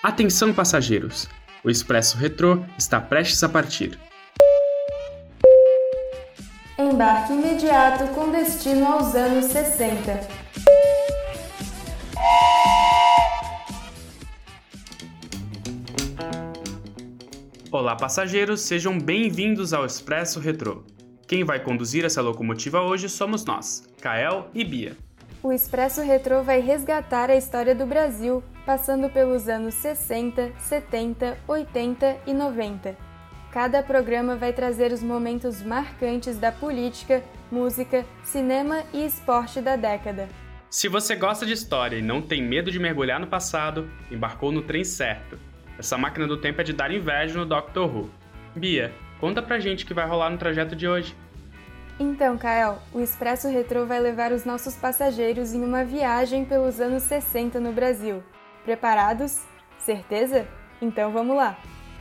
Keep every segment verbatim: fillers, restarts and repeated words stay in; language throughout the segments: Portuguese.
Atenção, passageiros! O Expresso Retrô está prestes a partir. Embarque imediato com destino aos anos sessenta. Olá, passageiros, sejam bem-vindos ao Expresso Retrô. Quem vai conduzir essa locomotiva hoje somos nós, Kael e Bia. O Expresso Retrô vai resgatar a história do Brasil, passando pelos anos sessenta, setenta, oitenta e noventa. Cada programa vai trazer os momentos marcantes da política, música, cinema e esporte da década. Se você gosta de história e não tem medo de mergulhar no passado, embarcou no trem certo. Essa máquina do tempo é de dar inveja no Doctor Who. Bia, conta pra gente o que vai rolar no trajeto de hoje. Então, Kael, o Expresso Retrô vai levar os nossos passageiros em uma viagem pelos anos sessenta no Brasil. Preparados? Certeza? Então vamos lá!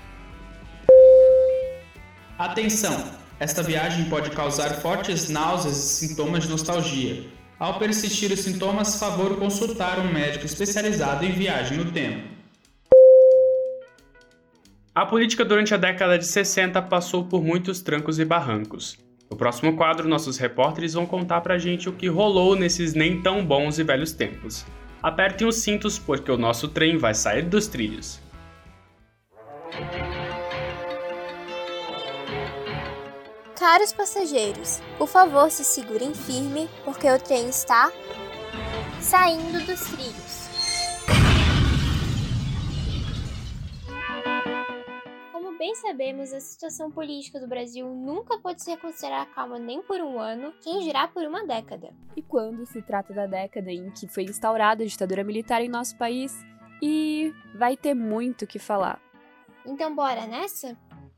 Atenção! Esta viagem pode causar fortes náuseas e sintomas de nostalgia. Ao persistir os sintomas, favor consultar um médico especializado em viagem no tempo. A política durante a década de sessenta passou por muitos trancos e barrancos. No próximo quadro, nossos repórteres vão contar pra gente o que rolou nesses nem tão bons e velhos tempos. Apertem os cintos porque o nosso trem vai sair dos trilhos. Caros passageiros, por favor se segurem firme porque o trem está saindo dos trilhos. Como bem sabemos, a situação política do Brasil nunca pode ser considerada calma nem por um ano, quem dirá por uma década. E quando se trata da década em que foi instaurada a ditadura militar em nosso país, e vai ter muito o que falar. Então bora nessa?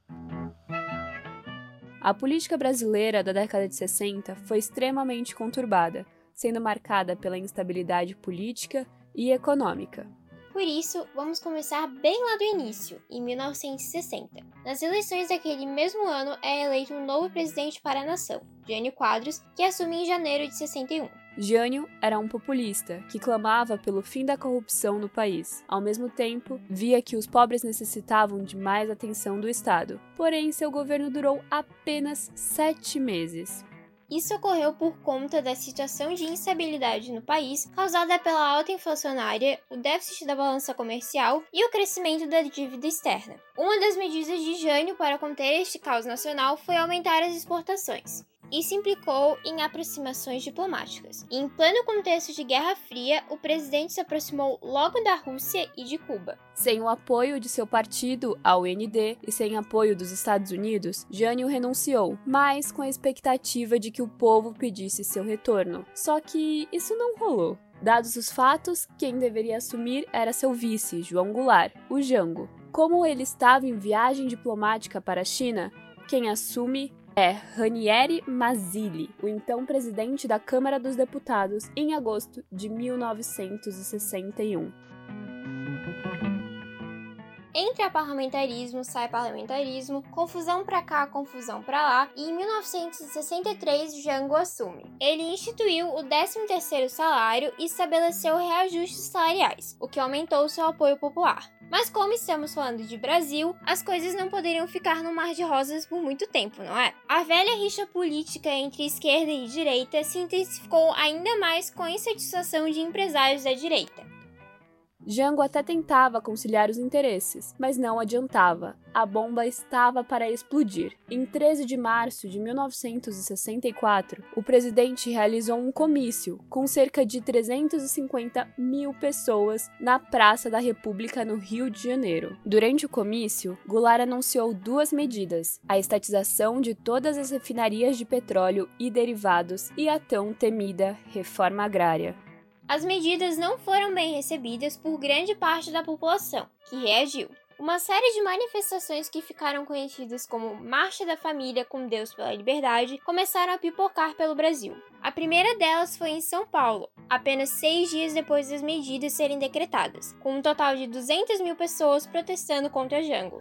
A política brasileira da década de sessenta foi extremamente conturbada, sendo marcada pela instabilidade política e econômica. Por isso, vamos começar bem lá do início, em mil novecentos e sessenta. Nas eleições daquele mesmo ano é eleito um novo presidente para a nação, Jânio Quadros, que assume em janeiro de sessenta e um. Jânio era um populista que clamava pelo fim da corrupção no país. Ao mesmo tempo, via que os pobres necessitavam de mais atenção do Estado. Porém, seu governo durou apenas sete meses. Isso ocorreu por conta da situação de instabilidade no país causada pela alta inflacionária, o déficit da balança comercial e o crescimento da dívida externa. Uma das medidas de Jânio para conter este caos nacional foi aumentar as exportações. Isso implicou em aproximações diplomáticas. E em pleno contexto de Guerra Fria, o presidente se aproximou logo da Rússia e de Cuba. Sem o apoio de seu partido, a U N D, e sem apoio dos Estados Unidos, Jânio renunciou, mas com a expectativa de que o povo pedisse seu retorno. Só que isso não rolou. Dados os fatos, quem deveria assumir era seu vice, João Goulart, o Jango. Como ele estava em viagem diplomática para a China, quem assume é Ranieri Mazzilli, o então presidente da Câmara dos Deputados, em agosto de mil novecentos e sessenta e um. Entra parlamentarismo, sai parlamentarismo, confusão pra cá, confusão pra lá, e em mil novecentos e sessenta e três Jango assume. Ele instituiu o décimo terceiro salário e estabeleceu reajustes salariais, o que aumentou seu apoio popular. Mas como estamos falando de Brasil, as coisas não poderiam ficar no mar de rosas por muito tempo, não é? A velha rixa política entre esquerda e direita se intensificou ainda mais com a insatisfação de empresários da direita. Jango até tentava conciliar os interesses, mas não adiantava. A bomba estava para explodir. Em treze de março de mil novecentos e sessenta e quatro, o presidente realizou um comício com cerca de trezentas e cinquenta mil pessoas na Praça da República, no Rio de Janeiro. Durante o comício, Goulart anunciou duas medidas: a estatização de todas as refinarias de petróleo e derivados e a tão temida reforma agrária. As medidas não foram bem recebidas por grande parte da população, que reagiu. Uma série de manifestações que ficaram conhecidas como Marcha da Família com Deus pela Liberdade começaram a pipocar pelo Brasil. A primeira delas foi em São Paulo, apenas seis dias depois das medidas serem decretadas, com um total de duzentas mil pessoas protestando contra Jango.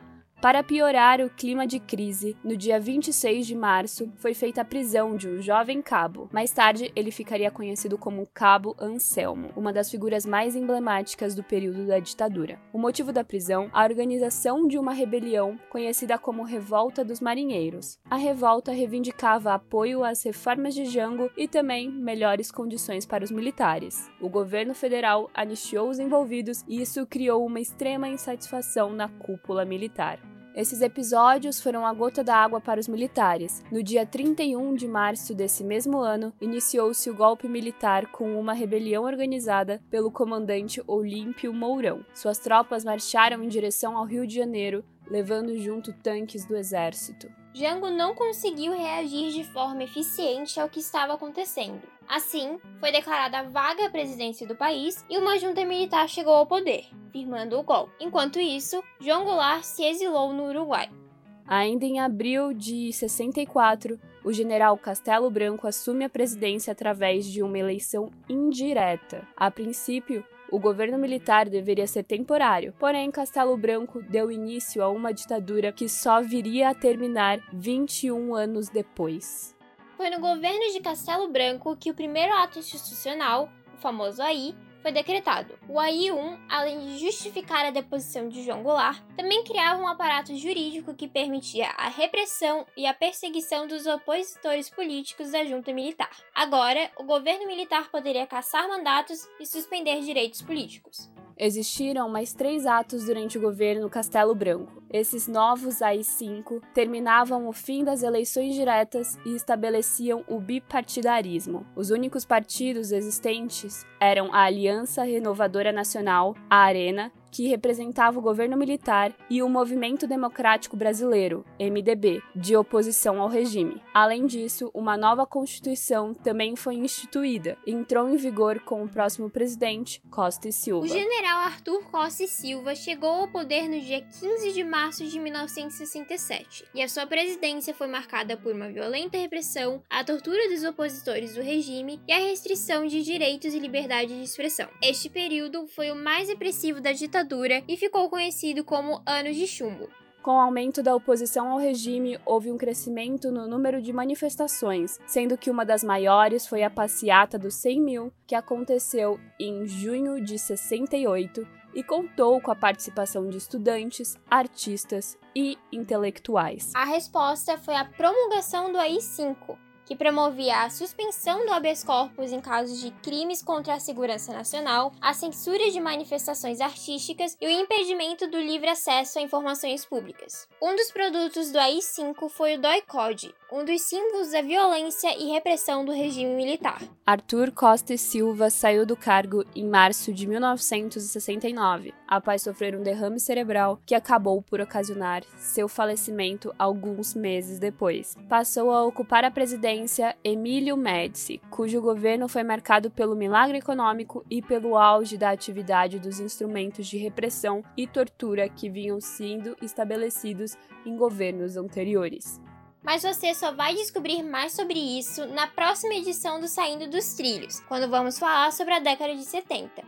Para piorar o clima de crise, no dia vinte e seis de março foi feita a prisão de um jovem cabo. Mais tarde, ele ficaria conhecido como Cabo Anselmo, uma das figuras mais emblemáticas do período da ditadura. O motivo da prisão, a organização de uma rebelião conhecida como Revolta dos Marinheiros. A revolta reivindicava apoio às reformas de Jango e também melhores condições para os militares. O governo federal anistiou os envolvidos e isso criou uma extrema insatisfação na cúpula militar. Esses episódios foram a gota d'água para os militares. No dia trinta e um de março desse mesmo ano, iniciou-se o golpe militar com uma rebelião organizada pelo comandante Olímpio Mourão. Suas tropas marcharam em direção ao Rio de Janeiro, levando junto tanques do exército. Jango não conseguiu reagir de forma eficiente ao que estava acontecendo. Assim, foi declarada vaga a presidência do país e uma junta militar chegou ao poder, firmando o golpe. Enquanto isso, João Goulart se exilou no Uruguai. Ainda em abril de sessenta e quatro, o general Castelo Branco assume a presidência através de uma eleição indireta. A princípio, o governo militar deveria ser temporário, porém Castelo Branco deu início a uma ditadura que só viria a terminar vinte e um anos depois. Foi no governo de Castelo Branco que o primeiro ato institucional, o famoso A I, foi decretado. O A I um, além de justificar a deposição de João Goulart, também criava um aparato jurídico que permitia a repressão e a perseguição dos opositores políticos da junta militar. Agora, o governo militar poderia cassar mandatos e suspender direitos políticos. Existiram mais três atos durante o governo Castelo Branco. Esses novos A I cinco terminavam o fim das eleições diretas e estabeleciam o bipartidarismo. Os únicos partidos existentes eram a Aliança Renovadora Nacional, a Arena, que representava o governo militar, e o Movimento Democrático Brasileiro, M D B, de oposição ao regime. Além disso, uma nova Constituição também foi instituída e entrou em vigor com o próximo presidente, Costa e Silva. O general Arthur Costa e Silva chegou ao poder no dia quinze de março de mil novecentos e sessenta e sete, e a sua presidência foi marcada por uma violenta repressão, a tortura dos opositores do regime e a restrição de direitos e liberdade de expressão. Este período foi o mais repressivo da ditadura e ficou conhecido como Anos de Chumbo. Com o aumento da oposição ao regime, houve um crescimento no número de manifestações, sendo que uma das maiores foi a Passeata dos cem mil, que aconteceu em junho de sessenta e oito e contou com a participação de estudantes, artistas e intelectuais. A resposta foi a promulgação do A I cinco, que promovia a suspensão do habeas corpus em casos de crimes contra a segurança nacional, a censura de manifestações artísticas e o impedimento do livre acesso a informações públicas. Um dos produtos do A I cinco foi o D O I-Code, um dos símbolos da violência e repressão do regime militar. Arthur Costa e Silva saiu do cargo em março de mil novecentos e sessenta e nove, após sofrer um derrame cerebral que acabou por ocasionar seu falecimento alguns meses depois. Passou a ocupar a presidência Emílio Médici, cujo governo foi marcado pelo milagre econômico e pelo auge da atividade dos instrumentos de repressão e tortura que vinham sendo estabelecidos em governos anteriores. Mas você só vai descobrir mais sobre isso na próxima edição do Saindo dos Trilhos, quando vamos falar sobre a década de setenta.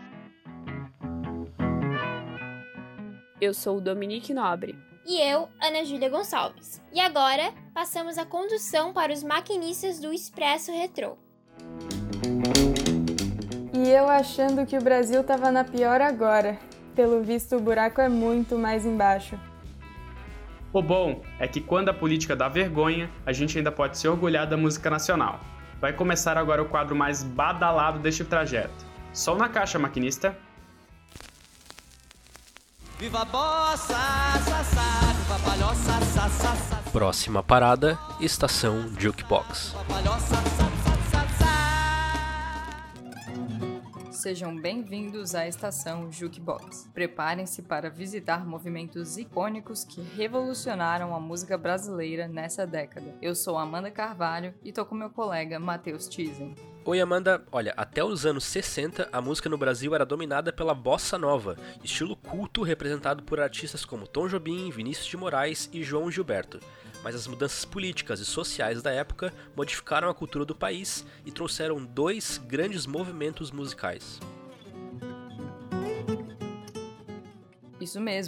Eu sou o Dominique Nobre. E eu, Ana Júlia Gonçalves. E agora, passamos a condução para os maquinistas do Expresso Retrô. E eu achando que o Brasil tava na pior agora. Pelo visto, o buraco é muito mais embaixo. O bom é que quando a política dá vergonha, a gente ainda pode se orgulhar da música nacional. Vai começar agora o quadro mais badalado deste trajeto. Som na caixa, maquinista. Viva a bossa, sa, sa, viva a palhoça, sa, sa, sa. Próxima parada, Estação Jukebox. Sejam bem-vindos à Estação Jukebox. Preparem-se para visitar movimentos icônicos que revolucionaram a música brasileira nessa década. Eu sou Amanda Carvalho e tô com meu colega Matheus Tizen. Oi Amanda, olha, até os anos sessenta a música no Brasil era dominada pela bossa nova, estilo culto representado por artistas como Tom Jobim, Vinícius de Moraes e João Gilberto. Mas as mudanças políticas e sociais da época modificaram a cultura do país e trouxeram dois grandes movimentos musicais. Isso mesmo.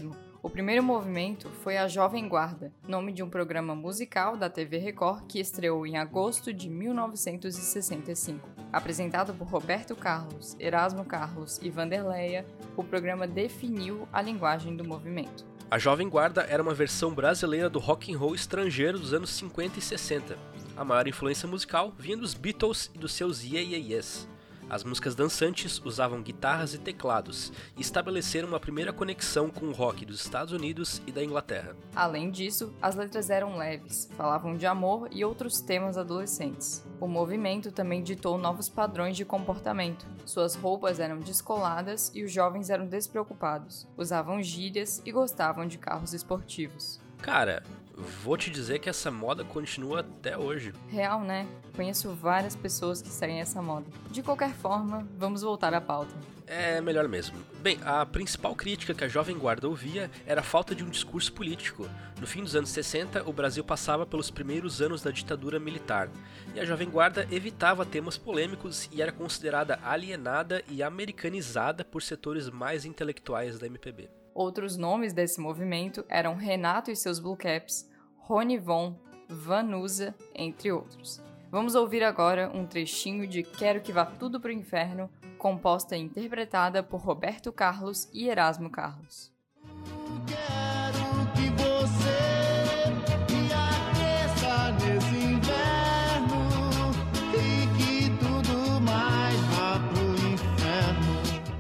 O primeiro movimento foi a Jovem Guarda, nome de um programa musical da T V Record que estreou em agosto de mil novecentos e sessenta e cinco. Apresentado por Roberto Carlos, Erasmo Carlos e Vanderleia, o programa definiu a linguagem do movimento. A Jovem Guarda era uma versão brasileira do rock and roll estrangeiro dos anos cinquenta e sessenta. A maior influência musical vinha dos Beatles e dos seus Yeah Yeah Yeahs. As músicas dançantes usavam guitarras e teclados e estabeleceram uma primeira conexão com o rock dos Estados Unidos e da Inglaterra. Além disso, as letras eram leves, falavam de amor e outros temas adolescentes. O movimento também ditou novos padrões de comportamento. Suas roupas eram descoladas e os jovens eram despreocupados, usavam gírias e gostavam de carros esportivos. Cara, vou te dizer que essa moda continua até hoje. Real, né? Conheço várias pessoas que seguem essa moda. De qualquer forma, vamos voltar à pauta. É melhor mesmo. Bem, a principal crítica que a Jovem Guarda ouvia era a falta de um discurso político. No fim dos anos sessenta, o Brasil passava pelos primeiros anos da ditadura militar, e a Jovem Guarda evitava temas polêmicos e era considerada alienada e americanizada por setores mais intelectuais da M P B. Outros nomes desse movimento eram Renato e seus Blue Caps, Rony Von, Vanusa, entre outros. Vamos ouvir agora um trechinho de Quero Que Vá Tudo Pro Inferno, composta e interpretada por Roberto Carlos e Erasmo Carlos. Quero que você me aqueça nesse inverno e que tudo mais vá pro inferno.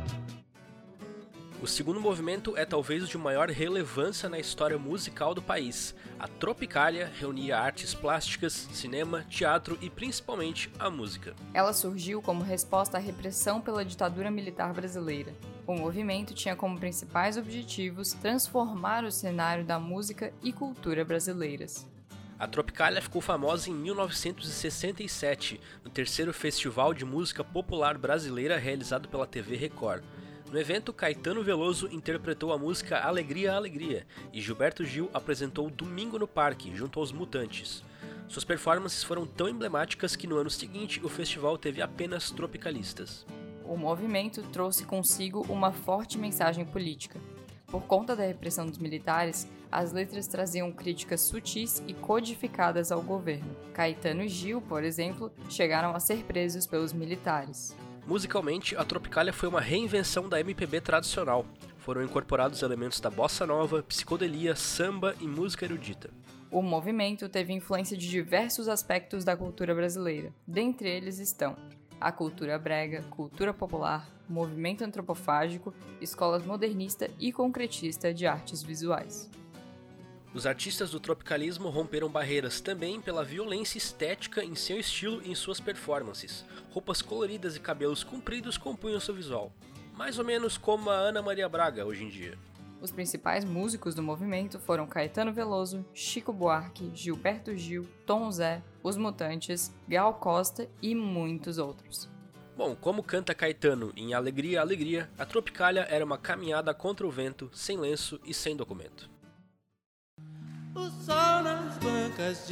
O segundo movimento é talvez o de maior relevância na história musical do país. A Tropicália reunia artes plásticas, cinema, teatro e principalmente a música. Ela surgiu como resposta à repressão pela ditadura militar brasileira. O movimento tinha como principais objetivos transformar o cenário da música e cultura brasileiras. A Tropicália ficou famosa em mil novecentos e sessenta e sete, no terceiro Festival de Música Popular Brasileira realizado pela T V Record. No evento, Caetano Veloso interpretou a música Alegria, Alegria, e Gilberto Gil apresentou Domingo no Parque, junto aos Mutantes. Suas performances foram tão emblemáticas que no ano seguinte o festival teve apenas tropicalistas. O movimento trouxe consigo uma forte mensagem política. Por conta da repressão dos militares, as letras traziam críticas sutis e codificadas ao governo. Caetano e Gil, por exemplo, chegaram a ser presos pelos militares. Musicalmente, a Tropicália foi uma reinvenção da M P B tradicional. Foram incorporados elementos da bossa nova, psicodelia, samba e música erudita. O movimento teve influência de diversos aspectos da cultura brasileira. Dentre eles estão a cultura brega, cultura popular, movimento antropofágico, escolas modernista e concretista de artes visuais. Os artistas do tropicalismo romperam barreiras também pela violência estética em seu estilo e em suas performances. Roupas coloridas e cabelos compridos compunham seu visual. Mais ou menos como a Ana Maria Braga hoje em dia. Os principais músicos do movimento foram Caetano Veloso, Chico Buarque, Gilberto Gil, Tom Zé, Os Mutantes, Gal Costa e muitos outros. Bom, como canta Caetano em Alegria, Alegria, a Tropicália era uma caminhada contra o vento, sem lenço e sem documento. O sol nas bancas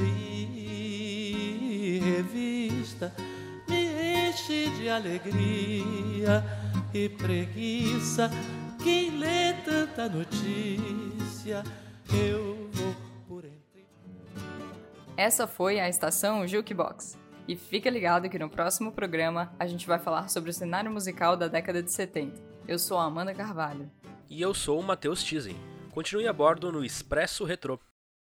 de revista me enche de alegria e preguiça. Quem lê tanta notícia, eu vou por entre... Essa foi a Estação Jukebox. E fica ligado que no próximo programa a gente vai falar sobre o cenário musical da década de setenta. Eu sou a Amanda Carvalho. E eu sou o Matheus Tizen. Continue a bordo no Expresso Retrô.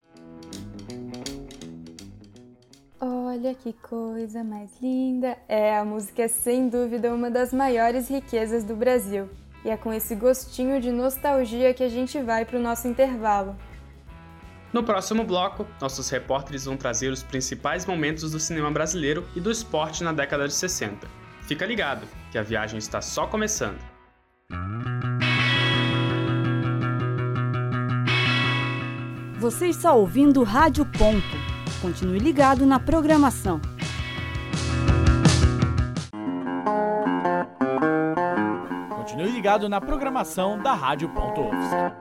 Olha que coisa mais linda! É, a música é sem dúvida uma das maiores riquezas do Brasil. E é com esse gostinho de nostalgia que a gente vai para o nosso intervalo. No próximo bloco, nossos repórteres vão trazer os principais momentos do cinema brasileiro e do esporte na década de sessenta. Fica ligado, que a viagem está só começando. Você está ouvindo Rádio Ponto. Continue ligado na programação. Continue ligado na programação da Rádio Ponto U F S C.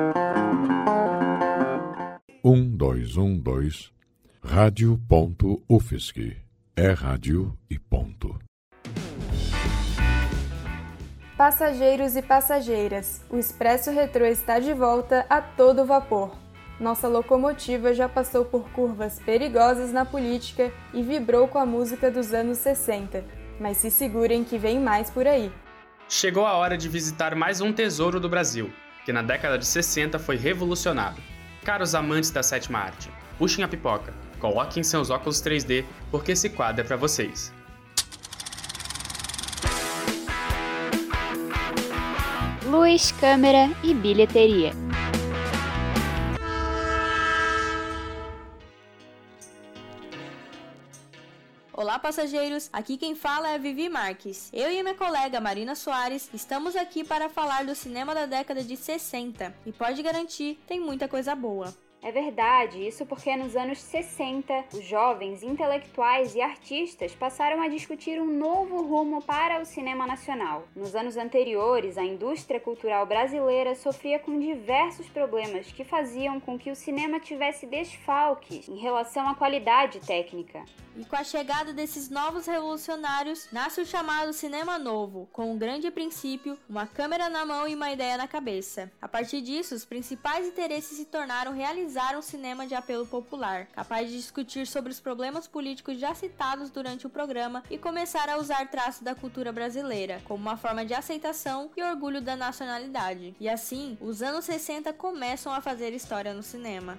um, dois, um, dois, Rádio Ponto U F S C. É rádio e ponto. Passageiros e passageiras, o Expresso Retrô está de volta a todo vapor. Nossa locomotiva já passou por curvas perigosas na política e vibrou com a música dos anos sessenta, mas se segurem que vem mais por aí. Chegou a hora de visitar mais um tesouro do Brasil, que na década de sessenta foi revolucionado. Caros amantes da sétima arte, puxem a pipoca, coloquem seus óculos três D, porque esse quadro é para vocês. Luz, câmera e bilheteria. Olá, passageiros! Aqui quem fala é Vivi Marques. Eu e minha colega Marina Soares estamos aqui para falar do cinema da década de sessenta. E pode garantir, tem muita coisa boa. É verdade, isso porque nos anos sessenta, os jovens intelectuais e artistas passaram a discutir um novo rumo para o cinema nacional. Nos anos anteriores, a indústria cultural brasileira sofria com diversos problemas que faziam com que o cinema tivesse desfalques em relação à qualidade técnica. E com a chegada desses novos revolucionários, nasce o chamado cinema novo, com um grande princípio, uma câmera na mão e uma ideia na cabeça. A partir disso, os principais interesses se tornaram realizar um cinema de apelo popular, capaz de discutir sobre os problemas políticos já citados durante o programa e começar a usar traços da cultura brasileira, como uma forma de aceitação e orgulho da nacionalidade. E assim, os anos sessenta começam a fazer história no cinema.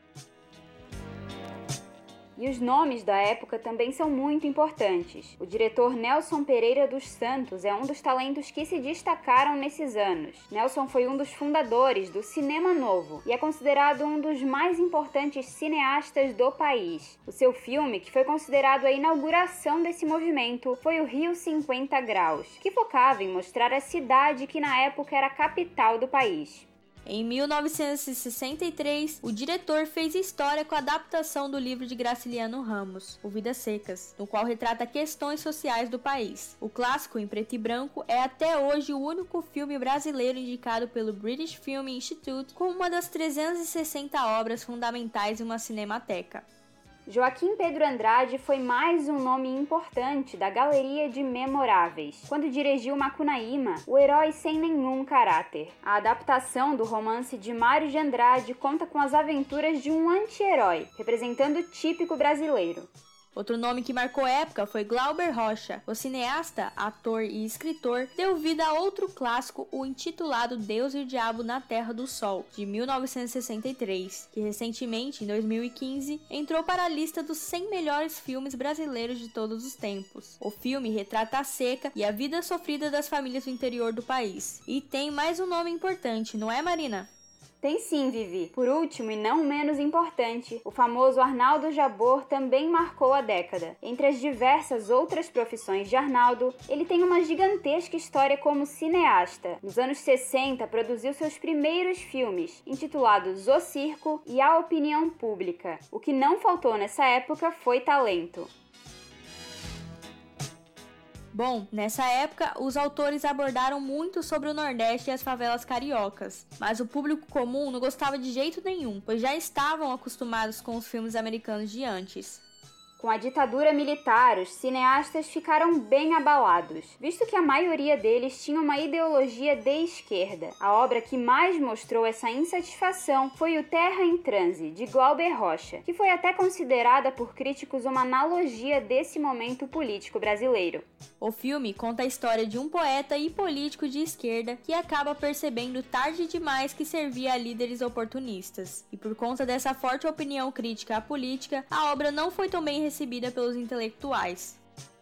E os nomes da época também são muito importantes. O diretor Nelson Pereira dos Santos é um dos talentos que se destacaram nesses anos. Nelson foi um dos fundadores do Cinema Novo e é considerado um dos mais importantes cineastas do país. O seu filme, que foi considerado a inauguração desse movimento, foi o Rio cinquenta Graus, que focava em mostrar a cidade que na época era a capital do país. Em mil novecentos e sessenta e três, o diretor fez história com a adaptação do livro de Graciliano Ramos, O Vidas Secas, no qual retrata questões sociais do país. O clássico em preto e branco é até hoje o único filme brasileiro indicado pelo British Film Institute como uma das trezentas e sessenta obras fundamentais em uma cinemateca. Joaquim Pedro Andrade foi mais um nome importante da galeria de memoráveis, quando dirigiu Macunaíma, o herói sem nenhum caráter. A adaptação do romance de Mário de Andrade conta com as aventuras de um anti-herói, representando o típico brasileiro. Outro nome que marcou época foi Glauber Rocha. O cineasta, ator e escritor deu vida a outro clássico, o intitulado Deus e o Diabo na Terra do Sol, de mil novecentos e sessenta e três, que recentemente, em dois mil e quinze, entrou para a lista dos cem melhores filmes brasileiros de todos os tempos. O filme retrata a seca e a vida sofrida das famílias do interior do país. E tem mais um nome importante, não é, Marina? Tem sim, Vivi. Por último e não menos importante, o famoso Arnaldo Jabor também marcou a década. Entre as diversas outras profissões de Arnaldo, ele tem uma gigantesca história como cineasta. Nos anos sessenta, produziu seus primeiros filmes, intitulados O Circo e A Opinião Pública. O que não faltou nessa época foi talento. Bom, nessa época, os autores abordaram muito sobre o Nordeste e as favelas cariocas, mas o público comum não gostava de jeito nenhum, pois já estavam acostumados com os filmes americanos de antes. Com a ditadura militar, os cineastas ficaram bem abalados, visto que a maioria deles tinha uma ideologia de esquerda. A obra que mais mostrou essa insatisfação foi o Terra em Transe, de Glauber Rocha, que foi até considerada por críticos uma analogia desse momento político brasileiro. O filme conta a história de um poeta e político de esquerda que acaba percebendo tarde demais que servia a líderes oportunistas. E por conta dessa forte opinião crítica à política, a obra não foi tão bem recebida pelos intelectuais.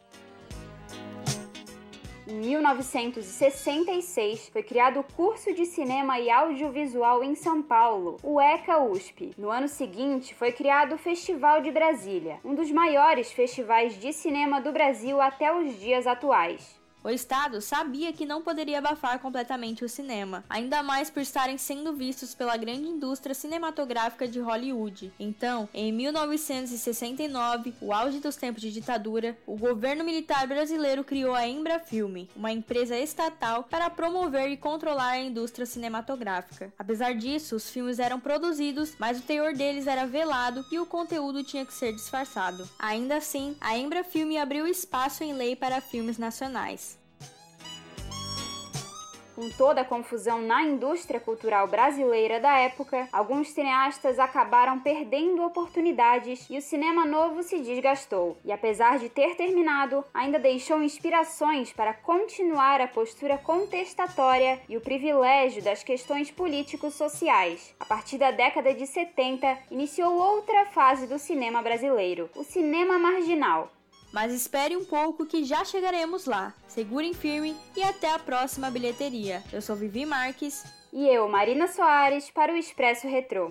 Em mil novecentos e sessenta e seis, foi criado o curso de Cinema e Audiovisual em São Paulo, o ECA U S P. No ano seguinte, foi criado o Festival de Brasília, um dos maiores festivais de cinema do Brasil até os dias atuais. O Estado sabia que não poderia abafar completamente o cinema, ainda mais por estarem sendo vistos pela grande indústria cinematográfica de Hollywood. Então, em mil novecentos e sessenta e nove, o auge dos tempos de ditadura, o governo militar brasileiro criou a Embrafilme, uma empresa estatal para promover e controlar a indústria cinematográfica. Apesar disso, os filmes eram produzidos, mas o teor deles era velado e o conteúdo tinha que ser disfarçado. Ainda assim, a Embrafilme abriu espaço em lei para filmes nacionais. Com toda a confusão na indústria cultural brasileira da época, alguns cineastas acabaram perdendo oportunidades e o cinema novo se desgastou. E apesar de ter terminado, ainda deixou inspirações para continuar a postura contestatória e o privilégio das questões político-sociais. A partir da década de setenta, iniciou outra fase do cinema brasileiro, o cinema marginal. Mas espere um pouco que já chegaremos lá. Segurem firme e até a próxima bilheteria. Eu sou Vivi Marques. E eu, Marina Soares, para o Expresso Retrô.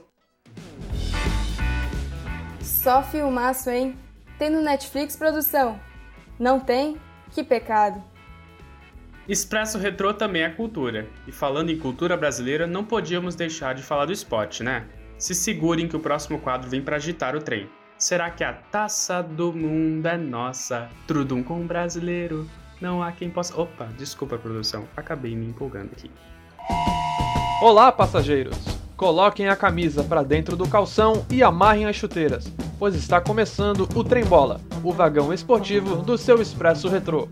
Só filmaço, hein? Tem no Netflix, produção? Não tem? Que pecado. Expresso Retrô também é cultura. E falando em cultura brasileira, não podíamos deixar de falar do esporte, né? Se segurem que o próximo quadro vem para agitar o trem. Será que a taça do mundo é nossa? Trudum com um brasileiro, não há quem possa... Opa, desculpa, produção, acabei me empolgando aqui. Olá, passageiros! Coloquem a camisa para dentro do calção e amarrem as chuteiras, pois está começando o Trem Bola, o vagão esportivo do seu Expresso Retrô.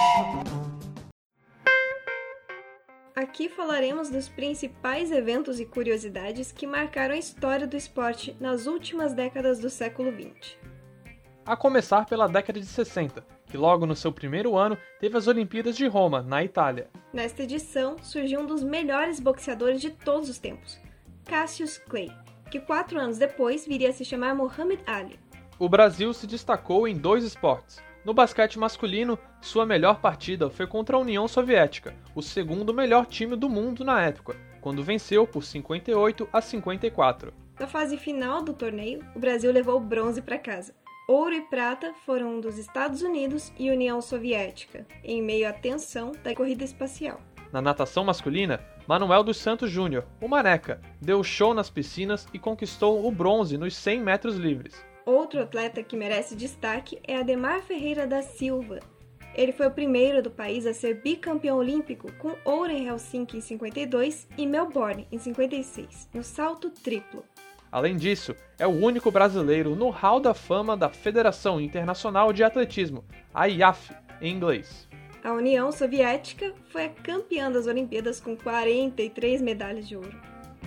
Aqui falaremos dos principais eventos e curiosidades que marcaram a história do esporte nas últimas décadas do século vinte. A começar pela década de sessenta, que logo no seu primeiro ano teve as Olimpíadas de Roma, na Itália. Nesta edição surgiu um dos melhores boxeadores de todos os tempos, Cassius Clay, que quatro anos depois viria a se chamar Muhammad Ali. O Brasil se destacou em dois esportes. No basquete masculino, sua melhor partida foi contra a União Soviética, o segundo melhor time do mundo na época, quando venceu por cinquenta e oito a cinquenta e quatro. Na fase final do torneio, o Brasil levou bronze para casa. Ouro e prata foram dos Estados Unidos e União Soviética, em meio à tensão da corrida espacial. Na natação masculina, Manuel dos Santos Júnior, o Maneca, deu show nas piscinas e conquistou o bronze nos cem metros livres. Outro atleta que merece destaque é Ademar Ferreira da Silva. Ele foi o primeiro do país a ser bicampeão olímpico, com ouro em Helsinki em cinquenta e dois e Melbourne em cinquenta e seis, no salto triplo. Além disso, é o único brasileiro no Hall da Fama da Federação Internacional de Atletismo, a I A F, em inglês. A União Soviética foi a campeã das Olimpíadas com quarenta e três medalhas de ouro.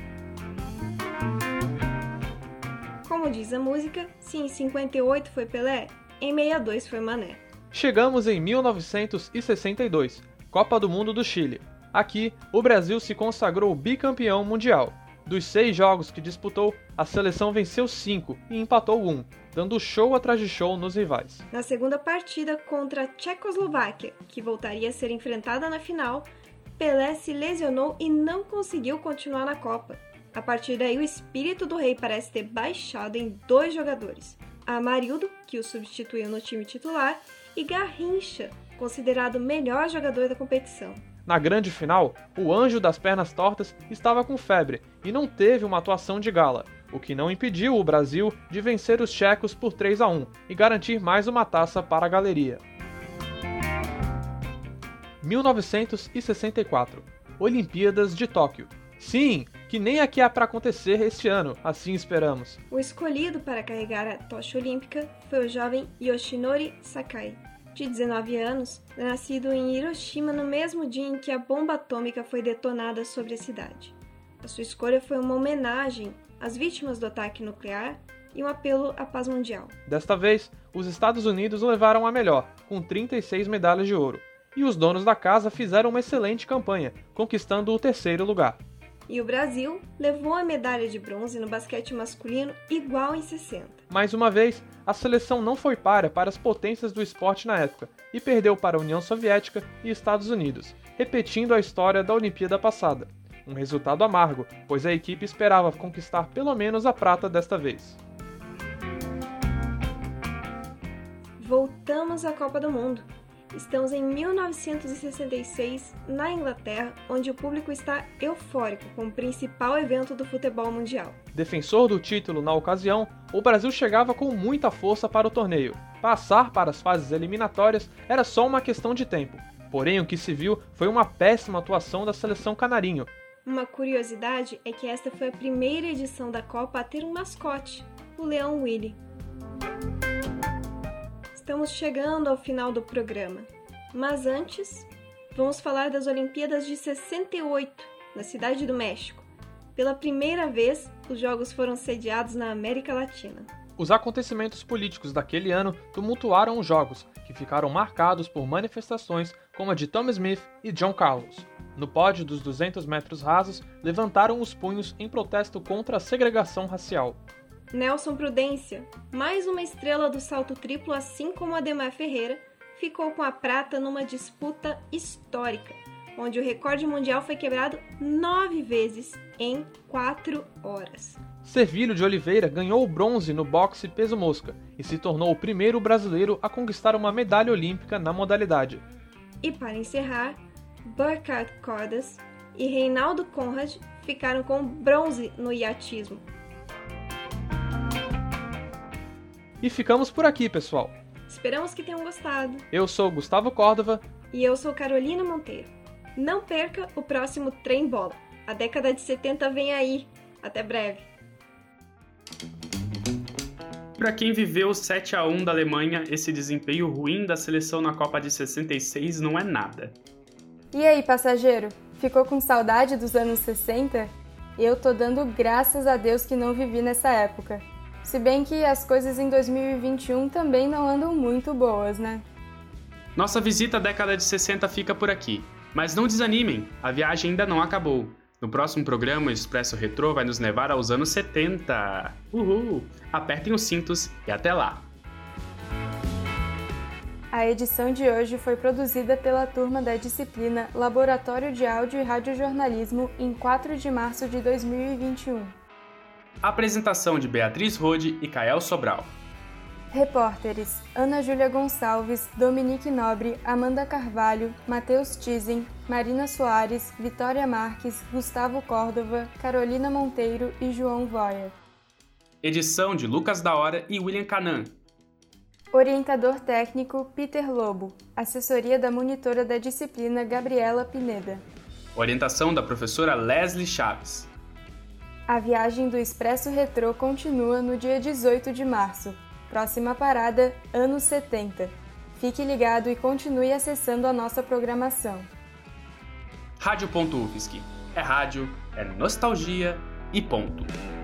Como diz a música, se em cinquenta e oito foi Pelé, em sessenta e dois foi Mané. Chegamos em mil novecentos e sessenta e dois, Copa do Mundo do Chile. Aqui, o Brasil se consagrou bicampeão mundial. Dos seis jogos que disputou, a seleção venceu cinco e empatou um, dando show atrás de show nos rivais. Na segunda partida contra a Tchecoslováquia, que voltaria a ser enfrentada na final, Pelé se lesionou e não conseguiu continuar na Copa. A partir daí, o espírito do rei parece ter baixado em dois jogadores, Amarildo, que o substituiu no time titular, e Garrincha, considerado o melhor jogador da competição. Na grande final, o anjo das pernas tortas estava com febre e não teve uma atuação de gala, o que não impediu o Brasil de vencer os tchecos por três a um e garantir mais uma taça para a galeria. mil novecentos e sessenta e quatro, Olimpíadas de Tóquio. Sim, que nem aqui há para acontecer este ano, assim esperamos. O escolhido para carregar a tocha olímpica foi o jovem Yoshinori Sakai, de dezenove anos, nascido em Hiroshima no mesmo dia em que a bomba atômica foi detonada sobre a cidade. A sua escolha foi uma homenagem às vítimas do ataque nuclear e um apelo à paz mundial. Desta vez, os Estados Unidos levaram a melhor, com trinta e seis medalhas de ouro, e os donos da casa fizeram uma excelente campanha, conquistando o terceiro lugar. E o Brasil levou a medalha de bronze no basquete masculino igual em sessenta. Mais uma vez, a seleção não foi párea para as potências do esporte na época e perdeu para a União Soviética e Estados Unidos, repetindo a história da Olimpíada passada. Um resultado amargo, pois a equipe esperava conquistar pelo menos a prata desta vez. Voltamos à Copa do Mundo. Estamos em mil novecentos e sessenta e seis, na Inglaterra, onde o público está eufórico com o principal evento do futebol mundial. Defensor do título na ocasião, o Brasil chegava com muita força para o torneio. Passar para as fases eliminatórias era só uma questão de tempo. Porém, o que se viu foi uma péssima atuação da seleção canarinho. Uma curiosidade é que esta foi a primeira edição da Copa a ter um mascote, o Leão Willy. Estamos chegando ao final do programa, mas antes, vamos falar das Olimpíadas de sessenta e oito, na Cidade do México. Pela primeira vez, os Jogos foram sediados na América Latina. Os acontecimentos políticos daquele ano tumultuaram os Jogos, que ficaram marcados por manifestações como a de Tom Smith e John Carlos. No pódio dos duzentos metros rasos, levantaram os punhos em protesto contra a segregação racial. Nelson Prudência, mais uma estrela do salto triplo, assim como Ademar Ferreira, ficou com a prata numa disputa histórica, onde o recorde mundial foi quebrado nove vezes em quatro horas. Servilho de Oliveira ganhou o bronze no boxe peso mosca e se tornou o primeiro brasileiro a conquistar uma medalha olímpica na modalidade. E para encerrar, Burkhard Cordas e Reinaldo Conrad ficaram com bronze no iatismo. E ficamos por aqui, pessoal. Esperamos que tenham gostado. Eu sou Gustavo Córdova. E eu sou Carolina Monteiro. Não perca o próximo Trem Bola. A década de setenta vem aí. Até breve. Para quem viveu o sete a um da Alemanha, esse desempenho ruim da seleção na Copa de sessenta e seis não é nada. E aí, passageiro? Ficou com saudade dos anos sessenta? Eu tô dando graças a Deus que não vivi nessa época. Se bem que as coisas em dois mil e vinte e um também não andam muito boas, né? Nossa visita à década de sessenta fica por aqui. Mas não desanimem, a viagem ainda não acabou. No próximo programa, o Expresso Retrô vai nos levar aos anos setenta. Uhul! Apertem os cintos e até lá! A edição de hoje foi produzida pela turma da disciplina Laboratório de Áudio e Radiojornalismo em quatro de março de dois mil e vinte e um. Apresentação de Beatriz Rode e Kael Sobral. Repórteres: Ana Júlia Gonçalves, Dominique Nobre, Amanda Carvalho, Matheus Tizen, Marina Soares, Vitória Marques, Gustavo Córdova, Carolina Monteiro e João Voia. Edição de Lucas da Hora e William Canan. Orientador técnico Peter Lobo. Assessoria da monitora da disciplina Gabriela Pineda. Orientação da professora Leslie Chaves. A viagem do Expresso Retrô continua no dia dezoito de março. Próxima parada, anos setenta. Fique ligado e continue acessando a nossa programação. Rádio.U F S C. É rádio, é nostalgia e ponto.